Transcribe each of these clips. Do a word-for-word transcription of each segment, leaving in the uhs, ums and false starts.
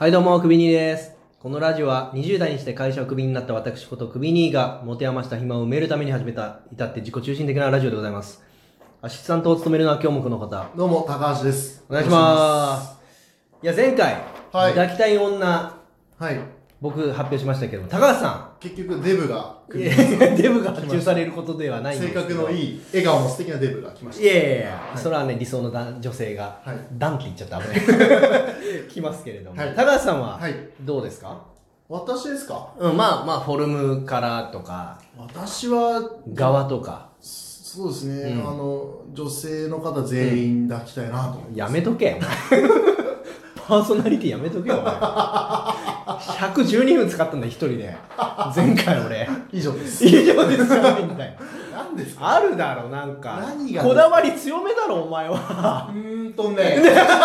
はいどうも、くびにーです。このラジオはにじゅう代にして会社をクビになった私ことくびにーが持て余した暇を埋めるために始めた、至って自己中心的なラジオでございます。アシスタントを務めるのは今日もこの方。 どうも、高橋です。 お願いしまーす。いや、前回、はい、抱きたい女、はい、僕発表しましたけども、高橋さん。 結局デブが、 デブが発注されることではないんですけど。 性格のいい、笑顔の素敵なデブが来ました。 いやいやいや、はい、それはね、理想の女性が、はい、ダンって言っちゃった危ない来ますけれども、はい、高橋さんはどうですか？ 私ですか？ うん、まあまあフォルムからとか、 私は側とか、 そうですね、うん、あの女性の方全員抱きたいなと思って、 うん、やめとけパーソナリティやめとけよお前ひゃくじゅうにふん使ったんだ一人で前回俺以上です以上ですじゃないんだよ何ですか？ あるだろなんか何がこだわり強めだろお前はうーんとね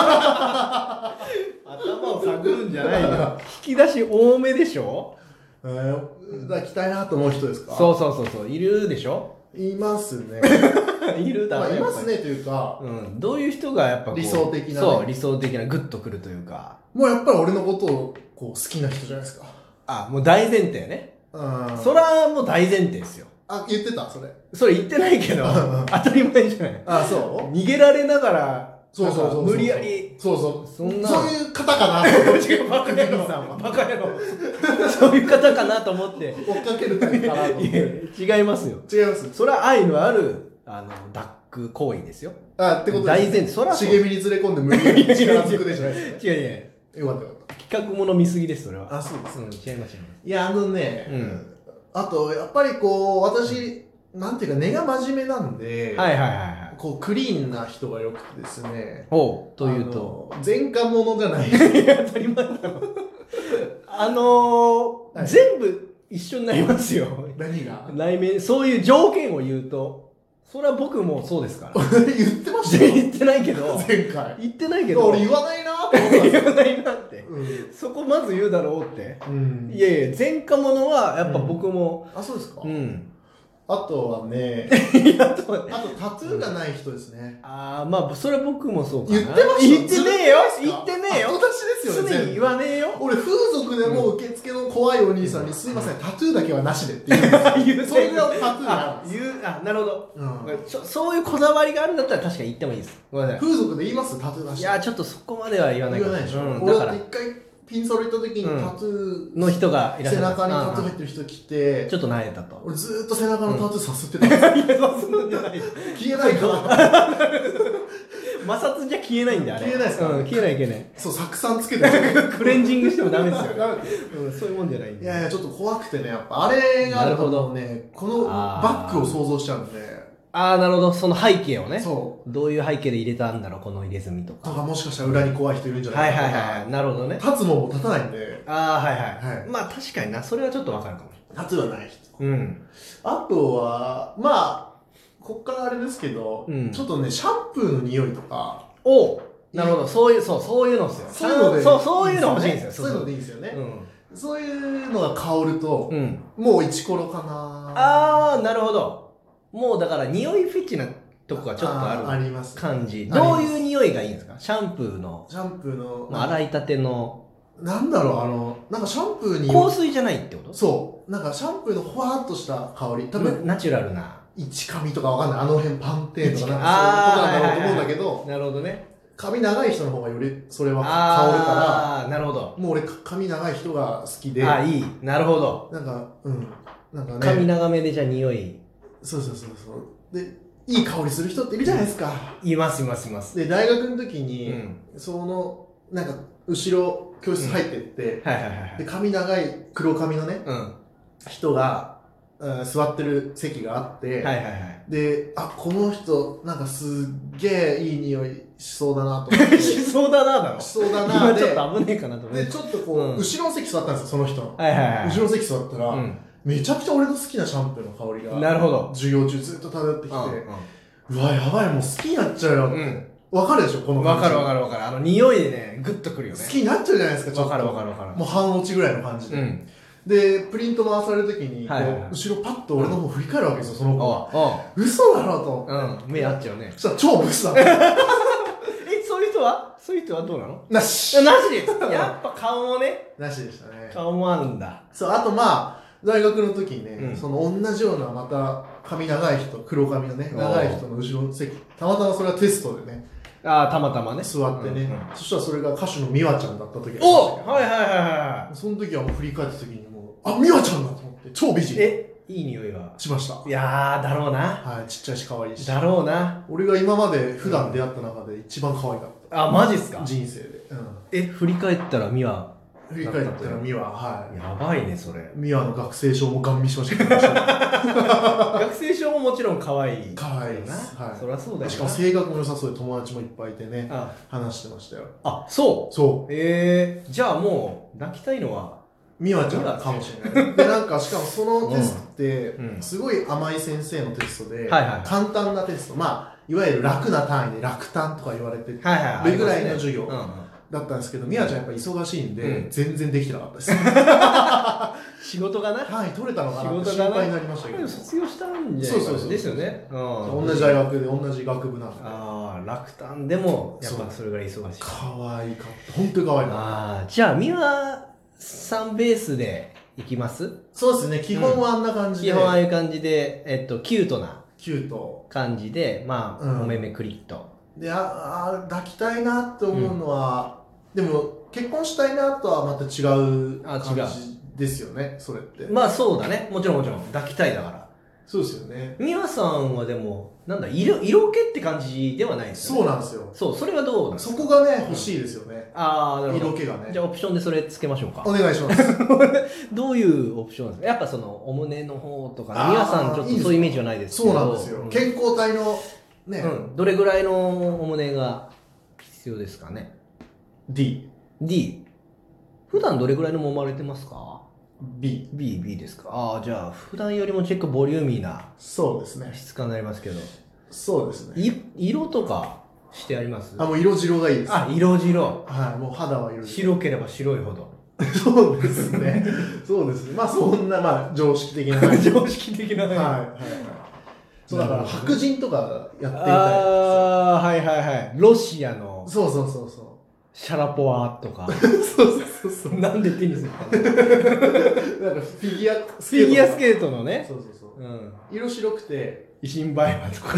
頭を探るんじゃないよ引き出し多めでしょ、 えー、抱きたいなと思う人ですか？ そうそうそうそういるでしょ？ いますねいるだろ、 まあ、いますねというか、 うん、どういう人がやっぱこう理想的な、ね、 そう理想的なグッとくるというか、 もうやっぱり俺のことをこう好きな人じゃないですか。 あ、もう大前提ね。うん。それはもう大前提ですよ。 あ、言ってたそれ。 それ言ってないけど、当たり前じゃない。 あ、そう逃げられながら、 そうそうそう。 無理やり。 そうそう。 そんな。 そういう方かなと思って。 違う、バカ野郎さんは。バカ野郎。そういう方かなと思って。 追っかけるタイプかなと思って。 違いますよ。 違います。 それは愛のある、あの、抱く行為ですよ。 あ、ってことです。 大前提。そら茂みに連れ込んで無理やり力づくでしょ。 違う違う。 よかったよかった。 企画もの見すぎです、それは。 あ、そうです。 うん、違いますよ。 いや、あのね、うん。あと、やっぱりこう、私、なんていうか、根が真面目なんで、 はいはいはい。 こう、クリーンな人が良くてですね。 ほう、というと。 前科者じゃない。 当たり前だろ。あのーはい、全部一緒になりますよ。 何が？ 内面、そういう条件を言うと、それは僕もそうですから。 言ってましたよ。 言ってないけど。 前回。 言ってないけど。 俺言わないなって思った。 言わないなって、うん。そこまず言うだろうって。 うん、 いやいや、前科者はやっぱ僕も。 うん、あ、そうですか？ うん。 あとはね、あとタトゥーがない人ですね。 ああ、まあ、それは僕もそうかな。 言ってました。 言ってねえよ言ってねえよ私ですよね。 常に言わねえよ。 俺、風俗でも受付の怖いお兄さんに、すいません、タトゥーだけはなしでって言うんです。それぐらいタトゥーが言う、あ、なるほど、うんそ。そういうこだわりがあるんだったら確かに言ってもいいです。ごめんなさい。 風俗で言いますタトゥーなし。 いや、ちょっとそこまでは言わないから。言わないでしょ。うん、俺だって一回、ピンサロ行った時にタトゥーの人がいらっしゃる。 背中にタトゥー入ってる人来て、 ちょっと慣れたと。 俺ずーっと背中のタトゥーさすってたんですよ。 いや、さすんじゃない。 消えないから。 摩擦じゃ消えないんだあれ。 消えないですか？ うん、消えない消えない。 そう、酢酸つけてクレンジングしてもダメですよ。うん、そういうもんじゃないんで。 いやいや、ちょっと怖くてね、やっぱあれがあるとね、このバッグを想像しちゃうんで。 ああ、なるほど。その背景をね。 そう。 どういう背景で入れたんだろう、この入れ墨とか。 とか、もしかしたら裏に怖い人いるんじゃないかとか。 はいはいはい。なるほどね。 立つもんも立たないんで。 ああ、はいはい。はい、まあ確かにな。それはちょっとわかるかも。 立つはない人。 うん。 あとは、まあ、こっからあれですけど、うん、ちょっとね、シャンプーの匂いとか。 おうなるほど。そういう、そう、そういうのですよ。 そういうので。 そう、そういうの欲しいんですよ。 そういうのでいいですよね。 うん。 そういうのが香ると、うん、もうイチコロかな。 ああ、なるほど。もうだから匂いフェチなとこがちょっとあるあります感じ。どういう匂いがいいんですか？シャンプーの。 シャンプーの。 洗いたての。 なんだろう、あの、なんかシャンプーに。 香水じゃないってこと？ そう。なんかシャンプーのほわーっとした香り。多分。 ナチュラルな。 一髪とかわかんない。あの辺パンテーとかなんかそういうことなんだろうと思うんだけど。 なるほどね。 髪長い人の方がよりそれは香るから。 ああ、なるほど。 もう俺髪長い人が好きで。 ああ、いい。なるほど。 なんか、うん。なんかね。 髪長めでじゃあ匂い。 そうそうそうそう。で、いい香りする人っているじゃないですか。 いますいますいます。 で、大学の時に、うん、その、なんか、後ろ、教室入ってって、 うん、はいはいはい。 で、髪長い黒髪のね、うん、人が、うん、座ってる席があって、 はいはいはい。 で、あ、この人、なんかすっげえいい匂いしそうだなと思って。 しそうだなだろ。 しそうだなで。 ちょっと危ねえかなと思って。 で、ちょっとこう、うん、後ろの席座ったんですよ、その人の。 はいはいはい。 後ろの席座ったら、うん、めちゃくちゃ俺の好きなシャンプーの香りが、 なるほど。 授業中ずっと漂ってきて、 うん、 うわ、やばい、もう好きになっちゃうよって。うんわかるでしょこの感じ。わかるわかるわかる。あの、匂いでね、グッとくるよね。 好きになっちゃうじゃないですか、ちょっと。 わかるわかるわかる。 もう半落ちぐらいの感じで。うん、で、プリント回されるときに、はいはいはい、後ろパッと俺の方振り返るわけですよ、その子が。嘘だろと。 うん、目合っちゃうね。 そしたら超ブスだった。 え、そういう人人はそういう人はどうなの？ なし。 なしです。やっぱ顔もね。 なしでしたね。 顔もあるんだ。 そう、あとまあ、大学の時にね、 うん、 その同じようなまた髪長い人、黒髪のね、長い人の後ろの席、たまたまそれはテストでね、 ああ、たまたまね。 座ってね、うんうん、そしたらそれが歌手の美和ちゃんだった時がありましたけど、 おはいはいはいはい。 その時はもう振り返った時にもう、あ、美和ちゃんだと思って、超美人。 えいい匂いがしました。 いやー、だろうな。 はい、ちっちゃいし可愛いし。 だろうな。 俺が今まで普段出会った中で一番可愛かった。 あ、マジっすか？ 人生で。うん、 え、振り返ったら美和。 振り返ったら美和、はい。 やばいね、それ。 美和の学生証もガン見しましたけど。 学生証ももちろん可愛い。 可愛いな。はい。 そりゃそうだよな。 しかも性格も良さそうで友達もいっぱいいてね、 ああ話してましたよ。 あ、そうそう。 えー、じゃあもう、泣きたいのは、 美和ちゃんかもしれない。で、なんか、しかもそのテストって、すごい甘い先生のテストで、簡単なテスト、まあ、いわゆる楽な単位で楽単とか言われてるぐらいの授業だったんですけど、美和ちゃんやっぱ忙しいんで、全然できてなかったです。 仕事がなはい、取れたのかなって心配になりましたけど。 卒業したんじゃないかな。ですよね。 同じ大学で同じ学部なんで。 ああ、楽単でも、やっぱそれぐらい忙しい。 可愛かった。本当に可愛かった。 ああ、じゃあ、美和さんベースでいきます？ そうですね、基本はあんな感じで。 基本ああいう感じで、えっと、キュートな。 キュート。 感じで、まあ、お目目クリッと。 で、ああ、抱きたいなって思うのは、でも、結婚したいなとはまた違う感じですよね、それって。 まあそうだね。もちろんもちろん。抱きたいだから。 そうですよね。 美和さんはでも、なんだ、色、色気って感じではないですよね。 そうなんですよ。 そう、それはどうなんですか？ そこがね、欲しいですよね。 ああ、なるほど。 色気がね。 じゃあオプションでそれつけましょうか。 お願いします。 どういうオプションなんですか？やっぱその、お胸の方とか、美和さんちょっとそういうイメージはないですけど。 そうなんですよ。健康体の、ね。 うん。どれぐらいのお胸が必要ですかね？ D。 D。普段どれぐらいの揉まれてますか？ B。 B、B ですか。ああ、じゃあ、普段よりも結構ボリューミーな。 そうですね。 質感になりますけど。 そうですね。 い、色とかしてあります？ あ、もう色白がいいです。 あ、色白。 はい、もう肌は色白。 白ければ白いほど。 そうですね。そうですね。まあ、そんな、まあ、常識的な。 常識的な。はい、はい、はい。 そう、だから、白人とかやってみたいです。 ああ、はいはいはい。ロシアの。 そうそうそうそう。 シャラポワとか。 そうそうそう。 なんでテニスなんかフィギュアスケート。フィギュアスケートのね。 そうそうそう。 うん。 色白くて、 イシンバイマとか。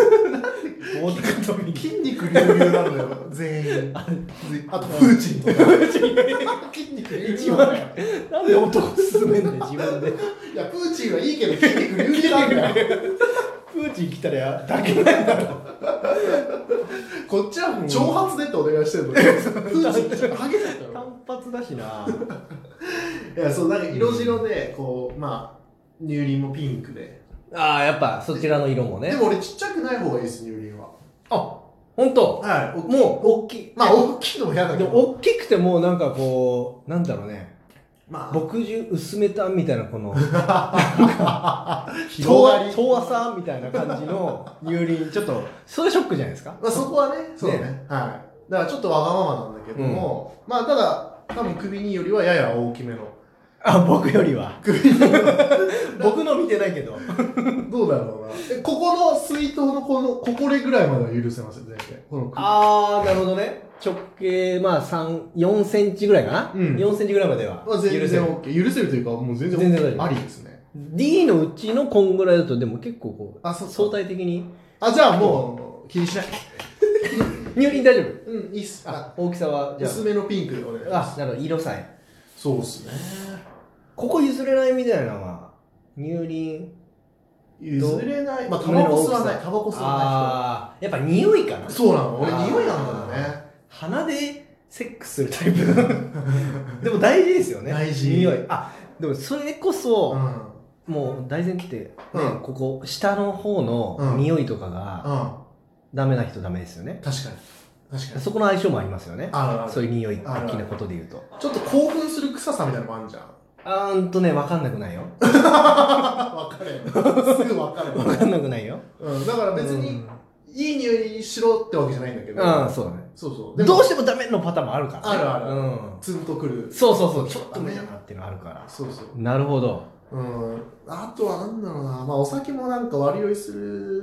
筋肉隆々なのよ、全員。あと、プーチンとか。プーチン筋肉一番。なんで男進めんねん、自分で。 いや、プーチンはいいけど、筋肉隆々なんだよ。 プーチン来たらや、だけなんだろ。 こっちは挑発でってお願いしてるのに、プーチンちょっとハゲちゃったよ。 単発だしな。 いや、そう、なんか色白で、こう、まあ、乳輪もピンクで。 ああ、やっぱそちらの色もね。 でも俺ちっちゃくない方がいいです、乳輪は。 あ、ほんと？ はい。 もう、大きい。 まあ、大きいのも嫌だけど。 でも、大きくてもなんかこう、なんだろうね。 まあ、 墨汁薄めたみたいなこの、なんか、 遠浅みたいな感じの乳輪、ちょっと、それショックじゃないですか？ まあそこはね、そうね。ねはい。だからちょっとわがままなんだけども、うん、まあただ、多分首によりはやや大きめの。 あ、僕よりは。首に僕の見てないけど。 どうだろうな。え、ここの水筒のこの、ここれぐらいまでは許せますよ、全然。このあー、なるほどね。直径、まあ、三、よんセンチぐらいかな、うん、よんセンチぐらいまでは。 まあ、全然 OK。許せるというか、もう全然、 全然大丈夫。 ありですね。 D のうちのこんぐらいだと、でも結構こう、あ、そう相対的に。 あ、じゃあもう、気にしない。 乳輪大丈夫？ うん、いいっす。 あ、大きさは、 じゃあ。薄めのピンクでお願いします。 あ、なるほど、色さえ。 そうっすね。 ここ譲れないみたいなのは、乳輪。 譲れない。まあ、タバコ吸わない。タバコ吸わない人。 ああ、やっぱ匂いかな。 そうなの。俺匂いなんだよね。 鼻でセックスするタイプ。でも大事ですよね。 大事。 匂い。あ、でもそれこそ、 うん、 もう大前提、ね、 うん、 ここ、下の方の匂いとかが、 うん、 ダメな人ダメですよね。 確かに。確かに。 そこの相性もありますよね。 あるある。 そういう匂い的なことで言うと。 ちょっと興奮する臭さみたいなのもあるじゃん。 あーんとね、わかんなくないよ。 わかるよ。すぐわかる。 わかんなくないよ。 うん、だから別に、いい匂いしろってわけじゃないんだけど。 ああ、そうだね。 そうそう。 どうしてもダメのパターンもあるから、 ね。あるある。 うん。 ツンとくる。 そうそうそう。ちょっと無理だなっていうのあるから。 そうそう。 なるほど。 うん。あとはなんだろうな。まあお酒もなんか割り酔いする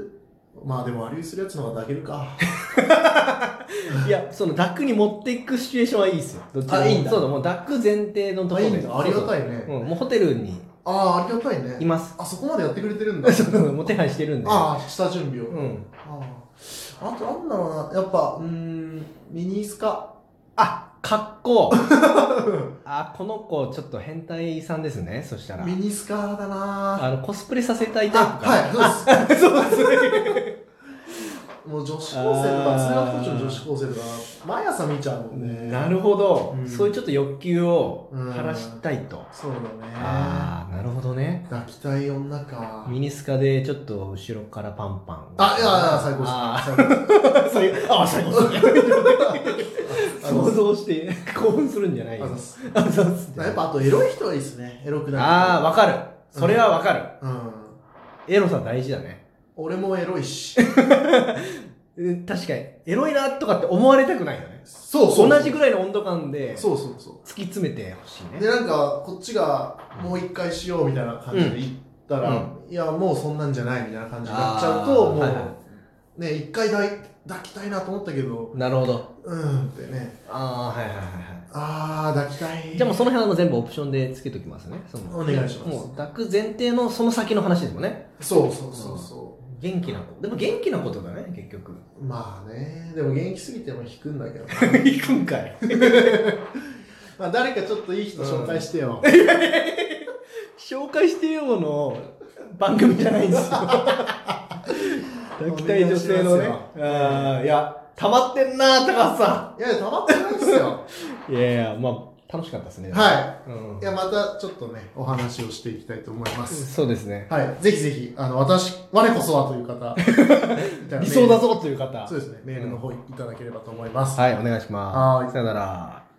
まあでもあれするやつの方が抱けるか。 いや、その抱くに持っていくシチュエーションはいいですよ。どっちも。 あ、いいんだ。 そうだ、もう抱く前提のところで。 あ、いいんだ。ありがたいね。 うん、もうホテルに。 ああ、ありがたいね。 います。 あ、そこまでやってくれてるんだ。 そう、もう手配してるんで。 ああ、下準備を。 うん。 ああ。あとなんだろうな、やっぱ、うーん、ミニスカ。 あ、格好。あ、この子ちょっと変態さんですね。そしたら。 ミニスカだな。 あのコスプレさせたいタイプか。 はい、そうです。 そうですね。 もう女子高生とか通学途中の女子高生とか毎朝見ちゃうもんね。 なるほど、 うん、 そういうちょっと欲求を晴らしたいと。 うん、そうだね。 ああ、なるほどね。 抱きたい女か。 ミニスカでちょっと後ろからパンパン。 あ、いやいや、最高です。 最高。あ、最高です。想像して興奮するんじゃないよ。 あ、そうです。やっぱあとエロい人はいいですね。エロくない。 ああ、わかる。それはわかる。 うん。 エロさ大事だね。 俺もエロいし。 確かに。エロいなとかって思われたくないよね。 そうそう。 同じぐらいの温度感で、 そうそうそう。 突き詰めてほしいね。 で、なんか、こっちがもう一回しようみたいな感じで言ったら、うん、いや、もうそんなんじゃないみたいな感じになっちゃうと、もう、はいはい、ね、一回抱きたいなと思ったけど、 なるほど。 うんってね。 ああ、はいはいはいはい。 ああ、抱きたい。 じゃあもうその辺はもう全部オプションでつけときますね。そのお願いします。 もう抱く前提のその先の話ですもんね。 そうそうそうそう。 元気な子。でも元気なことだね、結局。 まあね。でも元気すぎても引くんだけど、 ね。引くんかい。 まあ誰かちょっといい人紹介してよ。 うん、紹介してよの番組じゃないんですよ。抱きたい女性のね。ああ、いや、溜まってんな、高橋さん。いやいや、溜まってないですよ。 いやいや、まあ、楽しかったですね。 はい。うん、いや、またちょっとね、お話をしていきたいと思います。 そうですね。 はい。ぜひぜひ、あの、私、我こそはという方、 理想だぞという方、 そうですね、メールの方いただければと思います。 はい、お願いします。はい。さよなら。